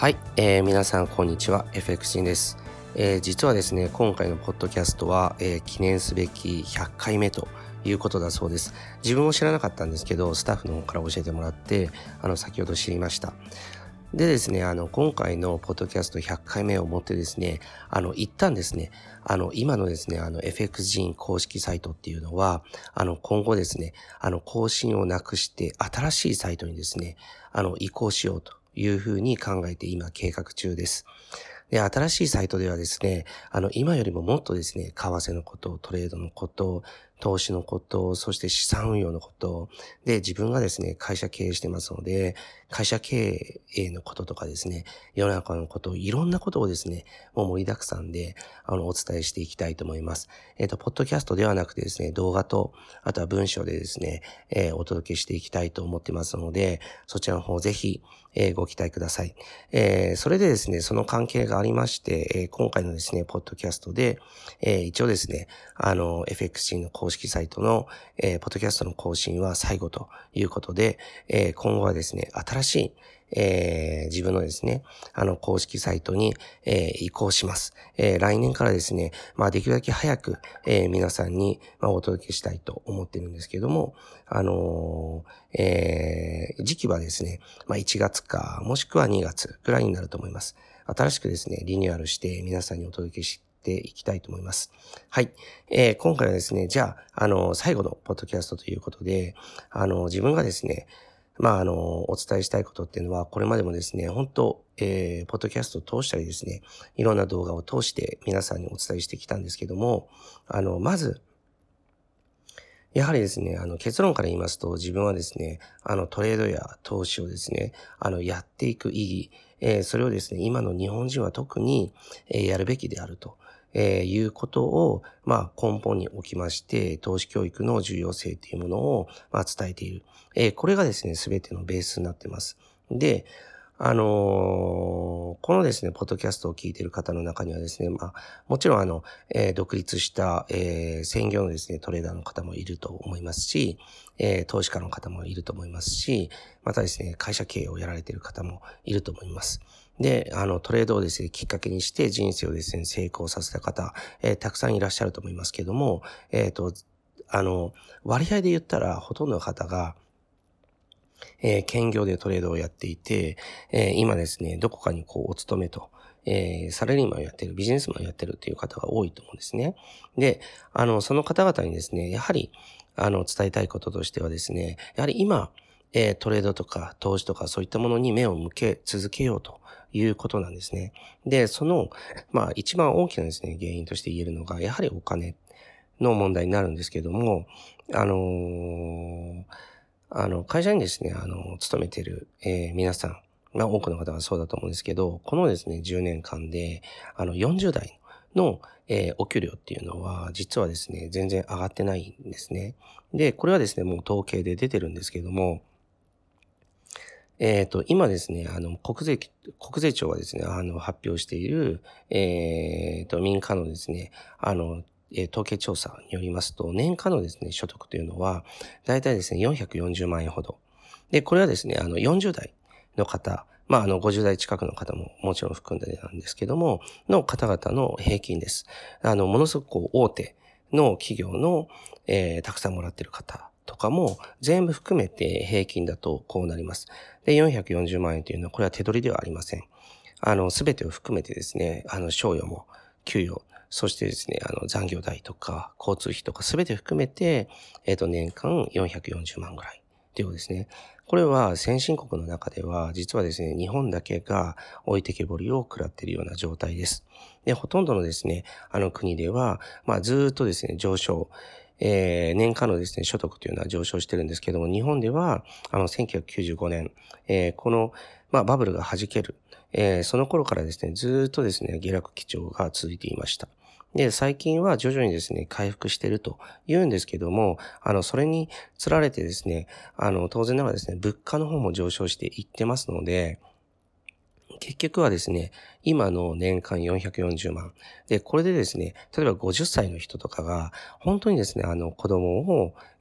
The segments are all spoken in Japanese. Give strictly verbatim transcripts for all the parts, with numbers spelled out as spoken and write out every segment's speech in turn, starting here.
はい、えー、皆さんこんにちは。 エフエックス ジンです。えー、実はですね、今回のポッドキャストは、えー、記念すべきひゃっかいめということだそうです。自分も知らなかったんですけど、スタッフの方から教えてもらって、あの先ほど知りました。でですね、あの今回のポッドキャストひゃっかいめをもってですね、あの一旦ですね、あの今のですね、あの エフエックス ジン公式サイトっていうのは、あの今後ですね、あの更新をなくして新しいサイトにですね、あの移行しようというふうに考えて今計画中です。で、新しいサイトではですね、あの、今よりももっとですね、為替のこと、トレードのこと、投資のこと、そして資産運用のこと、で、自分がですね、会社経営してますので、会社経営のこととかですね、世の中のこと、いろんなことをですね、もう盛りだくさんで、あの、お伝えしていきたいと思います。えっと、ポッドキャストではなくてですね、動画と、あとは文章でですね、えー、お届けしていきたいと思ってますので、そちらの方ぜひ、えー、ご期待ください。えー、それでですね、その関係がありまして、えー、今回のですね、ポッドキャストで、えー、一応ですね、あの、エフエックス ジンの公式サイトの、えー、ポッドキャストの更新は最後ということで、えー、今後はですね、新しい、えー、自分のですね、あの、公式サイトに、えー、移行します。えー、来年からですね、まあ、できるだけ早く、えー、皆さんに、まあ、お届けしたいと思ってるんですけども、あのー、えー、時期はですね、まあ、いちがつか、もしくはにがつぐらいになると思います。新しくですね、リニューアルして皆さんにお届けしていきたいと思います。はい。えー、今回はですね、じゃあ、あの、最後のポッドキャストということで、あの、自分がですね、まあ、あの、お伝えしたいことっていうのは、これまでもですね、本当えー、ポッドキャストを通したりですね、いろんな動画を通して皆さんにお伝えしてきたんですけども、あの、まず、やはりですね、あの結論から言いますと、自分はですね、あのトレードや投資をですね、あのやっていく意義、えー、それをですね、今の日本人は特に、えー、やるべきであると、えー、いうことを、まあ根本に置きまして、投資教育の重要性というものを、まあ、伝えている。えー、これがですね、すべてのベースになっています。で、あのー、このですね、ポッドキャストを聞いている方の中にはですね、まあ、もちろんあの、えー、独立した、えー、専業のですね、トレーダーの方もいると思いますし、えー、投資家の方もいると思いますし、またですね、会社経営をやられている方もいると思います。で、あの、トレードをですね、きっかけにして人生をですね、成功させた方、えー、たくさんいらっしゃると思いますけども、えっと、あの、割合で言ったら、ほとんどの方が、えー、兼業でトレードをやっていて、えー、今ですね、どこかにこう、お勤めと、えー、サラリーマンをやってる、ビジネスマンをやってるという方が多いと思うんですね。で、あの、その方々にですね、やはり、あの、伝えたいこととしてはですね、やはり今、えー、トレードとか投資とかそういったものに目を向け続けようということなんですね。で、その、まあ、一番大きなですね、原因として言えるのが、やはりお金の問題になるんですけども、あのーあの、会社にですね、あの、勤めている、えー、皆さん、まあ多くの方はそうだと思うんですけど、このですね、じゅうねんかんで、あの、よんじゅう代の、えー、お給料っていうのは、実はですね、全然上がってないんですね。で、これはですね、もう統計で出てるんですけども、えっと、今ですね、あの、国税、国税庁がですね、あの、発表している、えっと、民間のですね、あの、えー統計調査によりますと、年間のですね、所得というのは、だいたいですね、よんひゃくよんじゅうまん円ほど。で、これはですね、あの、よんじゅう代の方、まあ、あの、ごじゅう代近くの方ももちろん含んでなんですけども、の方々の平均です。あの、ものすごくこう大手の企業の、えーたくさんもらっている方とかも全部含めて平均だとこうなります。で、よんひゃくよんじゅうまん円というのは、これは手取りではありません。あの、すべてを含めてですね、あの、賞与も、給与、そしてですね、あの、残業代とか、交通費とかすべて含めて、えっと、年間よんひゃくよんじゅうまんぐらい。ということですね。これは先進国の中では、実はですね、日本だけが置いてけぼりを食らっているような状態です。で、ほとんどのですね、あの国では、まあ、ずーっとですね、上昇、えー、年間のですね、所得というのは上昇してるんですけども、日本では、あの、せんきゅうひゃくきゅうじゅうごねん、えー、この、まあ、バブルが弾ける、えー、その頃からですね、ずーっとですね、下落基調が続いていました。で、最近は徐々にですね、回復していると言うんですけども、あの、それにつられてですね、あの、当然ながらですね、物価の方も上昇していってますので、結局はですね、今の年間よんひゃくよんじゅうまん。で、これでですね、例えばごじゅっさいの人とかが、本当にですね、あの子供を、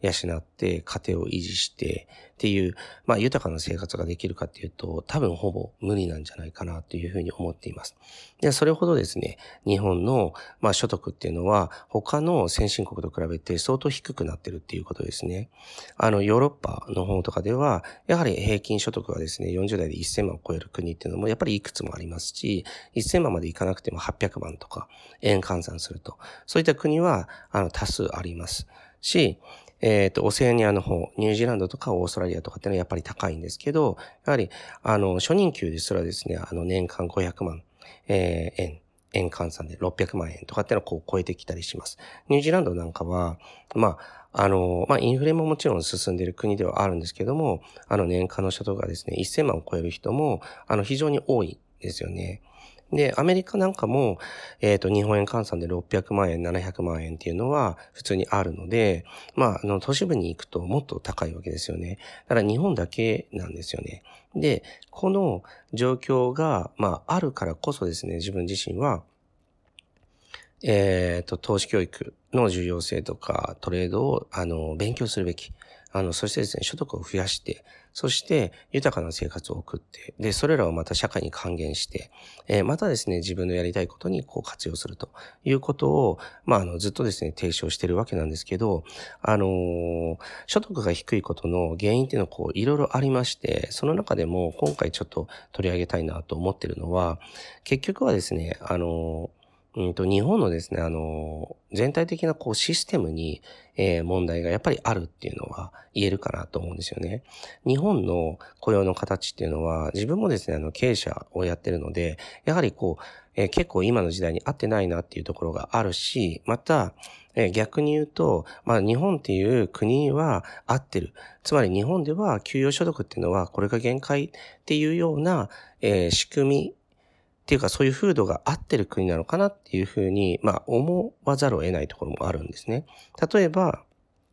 養って家庭を維持してっていう、まあ豊かな生活ができるかっていうと、多分ほぼ無理なんじゃないかなというふうに思っています。で、それほどですね、日本のまあ所得っていうのは他の先進国と比べて相当低くなってるっていうことですね。あのヨーロッパの方とかでは、やはり平均所得がですね、よんじゅう代でせんまんを超える国っていうのもやっぱりいくつもありますし、せんまんまでいかなくてもはっぴゃくまんとか円換算すると、そういった国はあの多数ありますし、えっと、オセアニアの方、ニュージーランドとかオーストラリアとかっていうのはやっぱり高いんですけど、やはり、あの、初任給ですらですね、あの、年間ごひゃくまん、えー、円、円換算でろっぴゃくまん円とかっていうのをこう超えてきたりします。ニュージーランドなんかは、まあ、あの、まあ、インフレももちろん進んでいる国ではあるんですけども、あの、年間の所得がですね、せんまんを超える人も、あの、非常に多いですよね。で、アメリカなんかも、えっと、日本円換算でろっぴゃくまん円、ななひゃくまん円っていうのは普通にあるので、まあ、あの、都市部に行くともっと高いわけですよね。だから日本だけなんですよね。で、この状況が、まあ、あるからこそですね、自分自身は、えっと、投資教育の重要性とか、トレードを、あの、勉強するべき。あの、そしてですね、所得を増やして、そして豊かな生活を送って、で、それらをまた社会に還元して、えー、またですね、自分のやりたいことにこう活用するということを、まあ、あの、ずっとですね、提唱しているわけなんですけど、あのー、所得が低いことの原因っていうのはこう、いろいろありまして、その中でも今回ちょっと取り上げたいなと思っているのは、結局はですね、あのーうんと、日本のですね、あの、全体的なこうシステムに、えー、問題がやっぱりあるっていうのは言えるかなと思うんですよね。日本の雇用の形っていうのは、自分もですね、あの、経営者をやってるので、やはりこう、えー、結構今の時代に合ってないなっていうところがあるし、また、えー、逆に言うと、まあ日本っていう国は合ってる。つまり日本では給与所得っていうのはこれが限界っていうような、えー、仕組み、っていうかそういう風土が合ってる国なのかなっていうふうに、まあ思わざるを得ないところもあるんですね。例えば、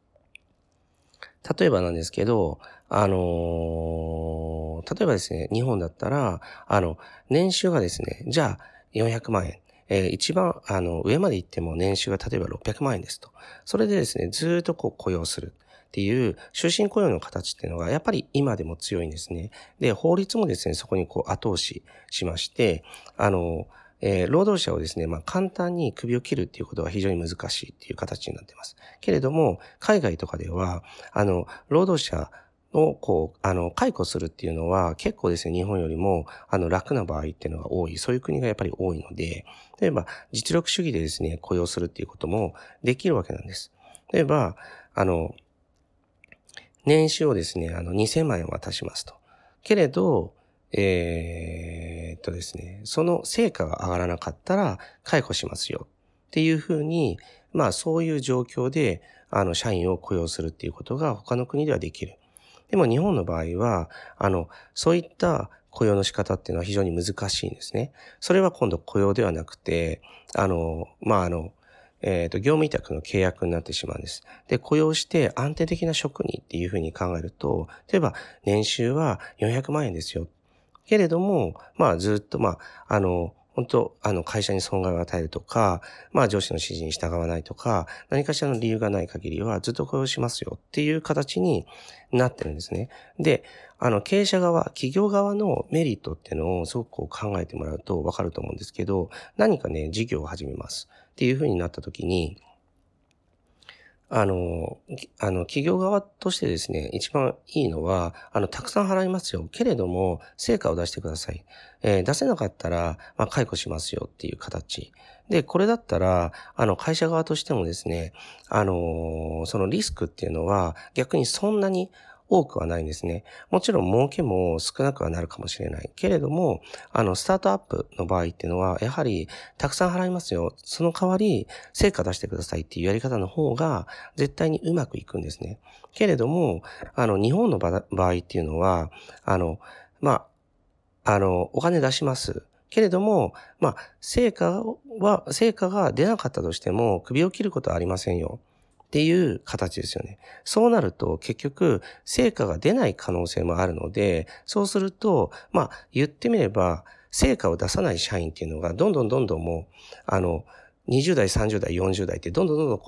例えばなんですけど、あのー、例えばですね、日本だったら、あの、年収がですね、じゃあよんひゃくまん円。えー、一番、あの、上まで行っても年収が例えばろっぴゃくまん円ですと。それでですね、ずーっとこう雇用する。っていう終身雇用の形っていうのがやっぱり今でも強いんですね。で、法律もですね、そこにこう後押ししまして、あの、えー、労働者をですね、まあ簡単に首を切るっていうことが非常に難しいっていう形になっています。けれども、海外とかでは、あの、労働者をこう、あの、解雇するっていうのは結構ですね、日本よりも、あの、楽な場合っていうのが多い、そういう国がやっぱり多いので、例えば、実力主義でですね、雇用するっていうこともできるわけなんです。例えば、あの、年収をですね、あの、にせんまん円渡しますと。けれど、えー、っとですね、その成果が上がらなかったら解雇しますよっていうふうに、まあそういう状況で、あの、社員を雇用するっていうことが他の国ではできる。でも日本の場合は、あの、そういった雇用の仕方っていうのは非常に難しいんですね。それは今度雇用ではなくて、あの、まああの、えっと、業務委託の契約になってしまうんです。で、雇用して安定的な職にっていうふうに考えると、例えば年収はよんひゃくまん円ですよ。けれども、まあずっと、まあ、あの、本当あの、会社に損害を与えるとか、まあ上司の指示に従わないとか、何かしらの理由がない限りはずっと雇用しますよっていう形になってるんですね。で、あの、経営者側、企業側のメリットっていうのをすごくこう考えてもらうとわかると思うんですけど、何かね、事業を始めますっていうふうになった時に、あの、あの、企業側としてですね、一番いいのは、あの、たくさん払いますよ。けれども、成果を出してください。えー、出せなかったら、まあ、解雇しますよっていう形。で、これだったら、あの、会社側としてもですね、あの、そのリスクっていうのは、逆にそんなに多くはないんですね。もちろん儲けも少なくはなるかもしれない。けれども、あの、スタートアップの場合っていうのは、やはり、たくさん払いますよ。その代わり、成果出してくださいっていうやり方の方が、絶対にうまくいくんですね。けれども、あの、日本の場合っていうのは、あの、まあ、あの、お金出します。けれども、まあ、成果は、成果が出なかったとしても、首を切ることはありませんよ。っていう形ですよね。そうなると結局成果が出ない可能性もあるので、そうすると、まあ言ってみれば成果を出さない社員っていうのがどんどんどんどんもう、あの、にじゅう代、さんじゅう代、よんじゅう代ってどんどんどんどんこ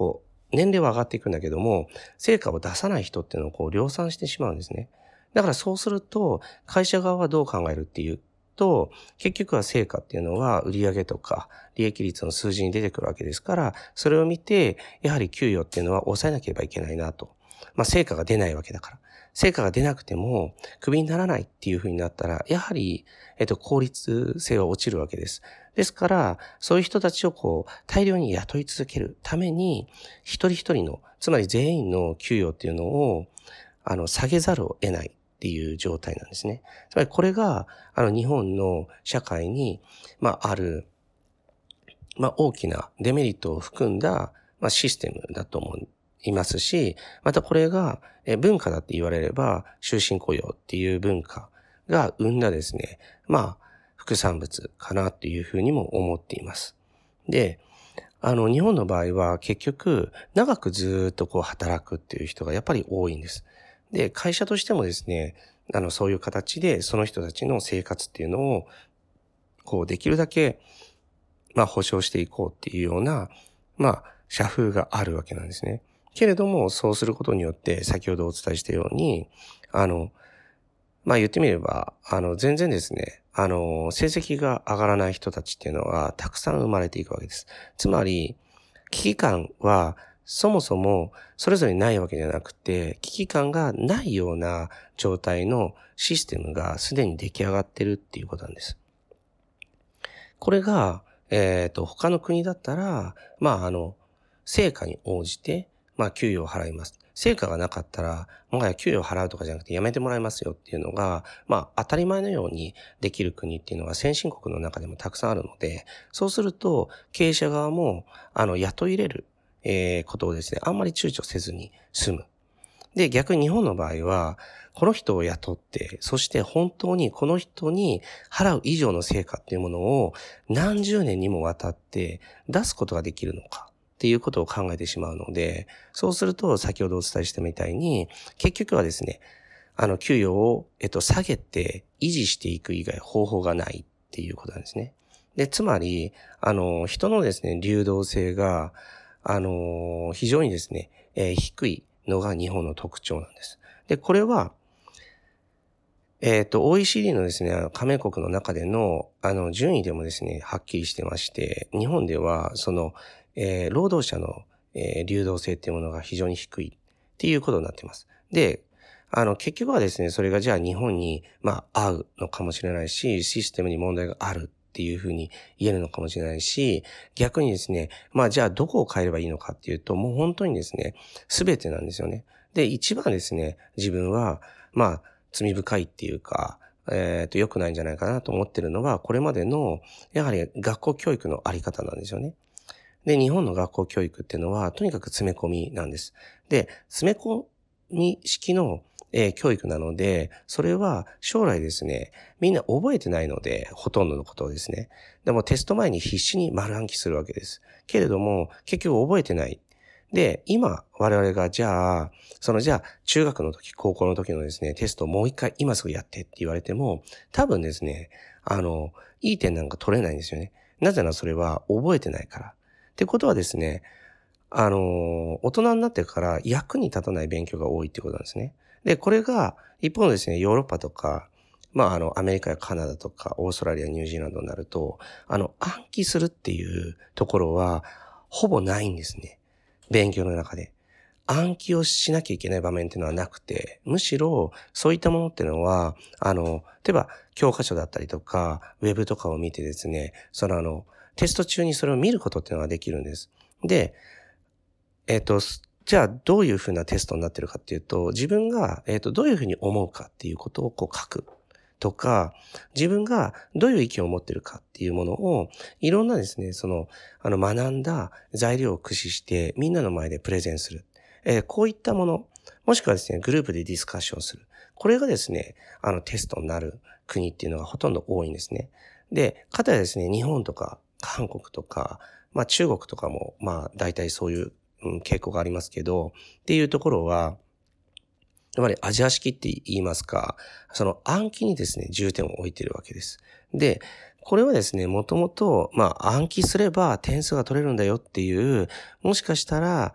年齢は上がっていくんだけども、成果を出さない人っていうのをこう量産してしまうんですね。だからそうすると、会社側はどう考えるっていうと、結局は成果っていうのは売上とか利益率の数字に出てくるわけですから、それを見て、やはり給与っていうのは抑えなければいけないなと。まあ成果が出ないわけだから。成果が出なくても、クビにならないっていう風になったら、やはり、えっと、効率性は落ちるわけです。ですから、そういう人たちをこう、大量に雇い続けるために、一人一人の、つまり全員の給与っていうのを、あの、下げざるを得ないっていう状態なんですね。つまりこれが、あの、日本の社会に、まあ、ある、まあ、大きなデメリットを含んだ、まあ、システムだと思いますし、またこれがえ文化だって言われれば、終身雇用っていう文化が生んだですね、まあ、副産物かなっていうふうにも思っています。で、あの、日本の場合は結局、長くずっとこう働くっていう人がやっぱり多いんです。で、会社としてもですね、あの、そういう形でその人たちの生活っていうのを、こう、できるだけ、まあ、保障していこうっていうような、まあ、社風があるわけなんですね。けれども、そうすることによって、先ほどお伝えしたように、あの、まあ言ってみれば、あの、全然ですね、あの、成績が上がらない人たちっていうのは、たくさん生まれていくわけです。つまり、危機感は、そもそも、それぞれないわけじゃなくて、危機感がないような状態のシステムがすでに出来上がってるっていうことなんです。これが、えっと、他の国だったら、まあ、あの、成果に応じて、まあ、給与を払います。成果がなかったら、もはや給与を払うとかじゃなくてやめてもらいますよっていうのが、まあ、当たり前のようにできる国っていうのが先進国の中でもたくさんあるので、そうすると、経営者側も、あの、雇い入れる、えー、ことをですね、あんまり躊躇せずに済む。で、逆に日本の場合は、この人を雇って、そして本当にこの人に払う以上の成果っていうものを何十年にもわたって出すことができるのかっていうことを考えてしまうので、そうすると先ほどお伝えしたみたいに、結局はですね、あの、給与を、えっと、下げて維持していく以外方法がないっていうことなんですね。で、つまり、あの、人のですね、流動性が、あの、非常にですね、えー、低いのが日本の特徴なんです。で、これは、えっと、オーイーシーディー のですね、加盟国の中での、あの、順位でもですね、はっきりしてまして、日本では、その、えー、労働者の、えー、流動性っていうものが非常に低いっていうことになっています。で、あの、結局はですね、それがじゃあ日本に、まあ、合うのかもしれないし、システムに問題があるっていうふうに言えるのかもしれないし、逆にですね、まあ、じゃあどこを変えればいいのかっていうと、もう本当にですね、すべてなんですよね。で、一番ですね、自分は、まあ、罪深いっていうか、えっと、良くないんじゃないかなと思ってるのは、これまでの、やはり学校教育のあり方なんですよね。で、日本の学校教育っていうのは、とにかく詰め込みなんです。で、詰め込み式の、えー、教育なので、それは将来ですね、みんな覚えてないので、ほとんどのことをですね。でもテスト前に必死に丸暗記するわけです。けれども、結局覚えてない。で、今、我々がじゃあ、そのじゃあ、中学の時、高校の時のですね、テストをもう一回今すぐやってって言われても、多分ですね、あの、いい点なんか取れないんですよね。なぜならそれは覚えてないから。ってことはですね、あの、大人になってから役に立たない勉強が多いってことなんですね。で、これが、一方のですね、ヨーロッパとか、まあ、あの、アメリカやカナダとか、オーストラリア、ニュージーランドになると、あの、暗記するっていうところは、ほぼないんですね。勉強の中で。暗記をしなきゃいけない場面っていうのはなくて、むしろそういったものっていうのは、あの、例えば教科書だったりとか、ウェブとかを見てですね、そのあの、テスト中にそれを見ることっていうのができるんです。で、えっと、じゃあどういうふうなテストになってるかっていうと、自分が、えっと、どういうふうに思うかっていうことをこう書く。とか、自分がどういう意見を持っているかっていうものを、いろんなですね、その、あの、学んだ材料を駆使して、みんなの前でプレゼンする。えー、こういったもの、もしくはですね、グループでディスカッションする。これがですね、あの、テストになる国っていうのがほとんど多いんですね。で、かたやですね、日本とか、韓国とか、まあ中国とかも、まあ大体そういう、うん、傾向がありますけど、っていうところは、つまりアジア式って言いますか、その暗記にですね、重点を置いているわけです。で、これはですね、もともと、まあ暗記すれば点数が取れるんだよっていう、もしかしたら、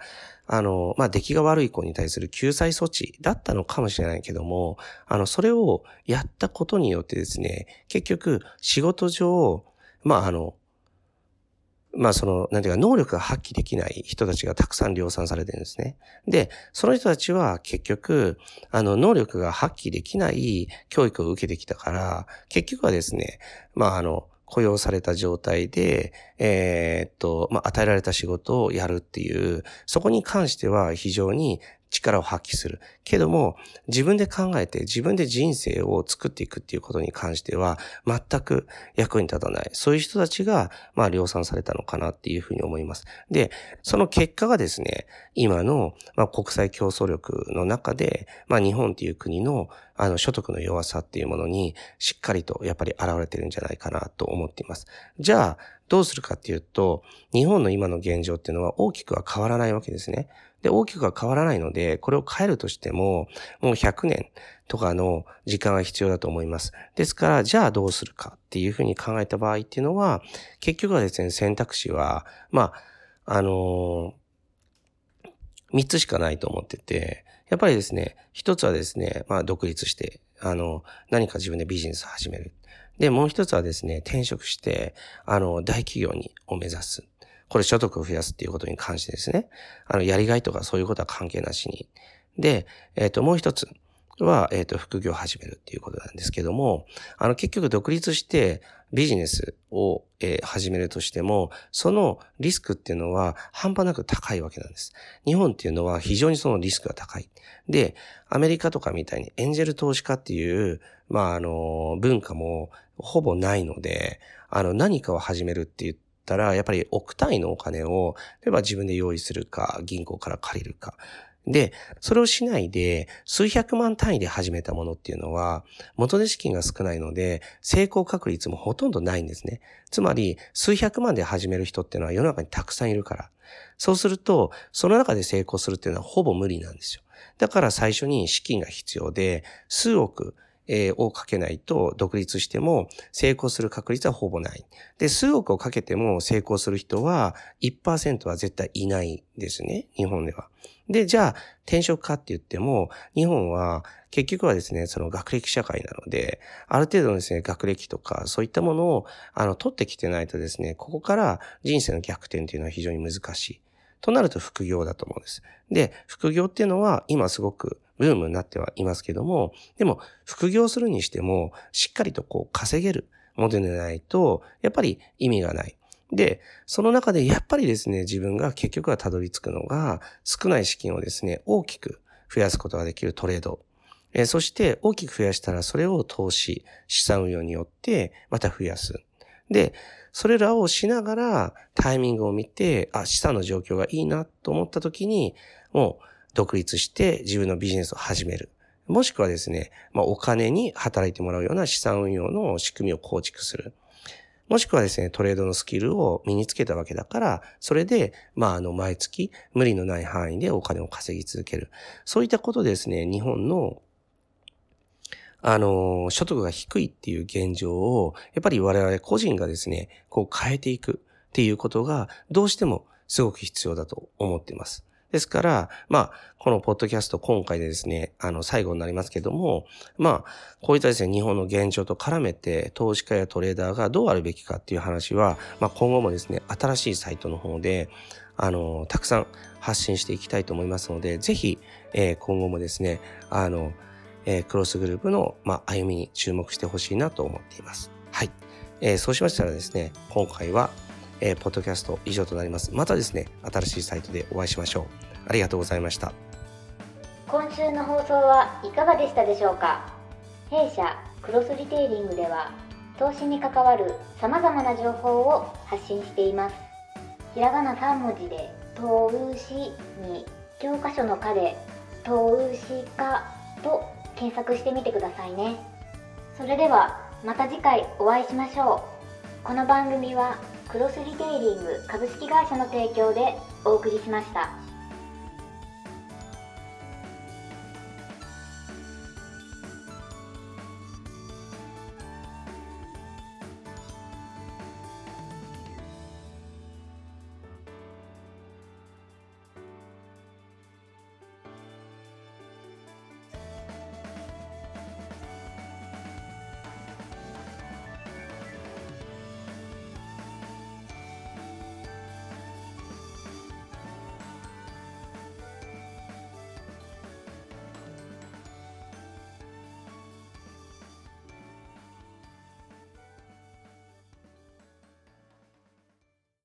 あの、まあ、出来が悪い子に対する救済措置だったのかもしれないけども、あの、それをやったことによってですね、結局、仕事上、まあ、あの、まあその、なんていうか、能力が発揮できない人たちがたくさん量産されてるんですね。で、その人たちは結局、あの、能力が発揮できない教育を受けてきたから、結局はですね、まああの、雇用された状態で、えーっと、まあ与えられた仕事をやるっていう、そこに関しては非常に力を発揮する。けども、自分で考えて自分で人生を作っていくっていうことに関しては、全く役に立たない。そういう人たちが、まあ、量産されたのかなっていうふうに思います。で、その結果がですね、今の、まあ、国際競争力の中で、まあ、日本っていう国の、あの、所得の弱さっていうものに、しっかりとやっぱり現れてるんじゃないかなと思っています。じゃあ、どうするかっていうと、日本の今の現状っていうのは大きくは変わらないわけですね。で、大きくは変わらないので、これを変えるとしても、もうひゃくねんとかの時間が必要だと思います。ですから、じゃあどうするかっていうふうに考えた場合っていうのは、結局はですね、選択肢は、まあ、あのー、みっつしかないと思ってて、やっぱりですね、一つはですね、まあ、独立して、あの、何か自分でビジネスを始める。で、もう一つはですね、転職して、あの、大企業にを目指す。これ所得を増やすっていうことに関してですね、あの、やりがいとかそういうことは関係なしに。で、えっと、もう一つは、えっと、副業を始めるっていうことなんですけども、あの、結局独立してビジネスを、えー始めるとしても、そのリスクっていうのは半端なく高いわけなんです。日本っていうのは非常にそのリスクが高い。で、アメリカとかみたいにエンジェル投資家っていう、まあ、あの、文化もほぼないので、あの、何かを始めるって言ってたら、やっぱり億単位のお金を、例えば自分で用意するか、銀行から借りるか。で、それをしないで、数百万単位で始めたものっていうのは、元値資金が少ないので、成功確率もほとんどないんですね。つまり、数百万で始める人っていうのは世の中にたくさんいるから。そうすると、その中で成功するっていうのはほぼ無理なんですよ。だから最初に資金が必要で、数億、えーをかけないと独立しても成功する確率はほぼない。で、数億をかけても成功する人はいちパーセント は絶対いないですね、日本では。で、じゃあ転職かって言っても、日本は結局はですね、その学歴社会なので、ある程度のですね、学歴とかそういったものをあの取ってきてないとですね、ここから人生の逆転っていうのは非常に難しい。となると副業だと思うんです。で、副業っていうのは今すごくブームになってはいますけども、でも副業するにしてもしっかりとこう稼げるものでないとやっぱり意味がない。で、その中でやっぱりですね、自分が結局はたどり着くのが少ない資金をですね、大きく増やすことができるトレード。えーそして大きく増やしたらそれを投資、資産運用によってまた増やす。で、それらをしながらタイミングを見て、あ、資産の状況がいいなと思った時に、もう独立して自分のビジネスを始める。もしくはですね、まあお金に働いてもらうような資産運用の仕組みを構築する。もしくはですね、トレードのスキルを身につけたわけだから、それで、まああの毎月無理のない範囲でお金を稼ぎ続ける。そういったことでですね、日本のあの、所得が低いっていう現状を、やっぱり我々個人がですね、こう変えていくっていうことが、どうしてもすごく必要だと思っています。ですから、まあ、このポッドキャスト今回でですね、あの、最後になりますけども、まあ、こういったですね、日本の現状と絡めて、投資家やトレーダーがどうあるべきかっていう話は、まあ、今後もですね、新しいサイトの方で、あの、たくさん発信していきたいと思いますので、ぜひ、えー今後もですね、あの、えークロスグループの、まあ、歩みに注目してほしいなと思っています。はい。えーそうしましたらですね、今回は、えーポッドキャスト以上となります。またですね、新しいサイトでお会いしましょう。ありがとうございました。 今週の放送はいかがでしたでしょうか。弊社クロスリテイリングでは投資に関わるさまざまな情報を発信しています。ひらがなさん文字で投資に教科書の科で投資家と検索してみてくださいね。それではまた次回お会いしましょう。この番組はクロスリテイリング株式会社の提供でお送りしました。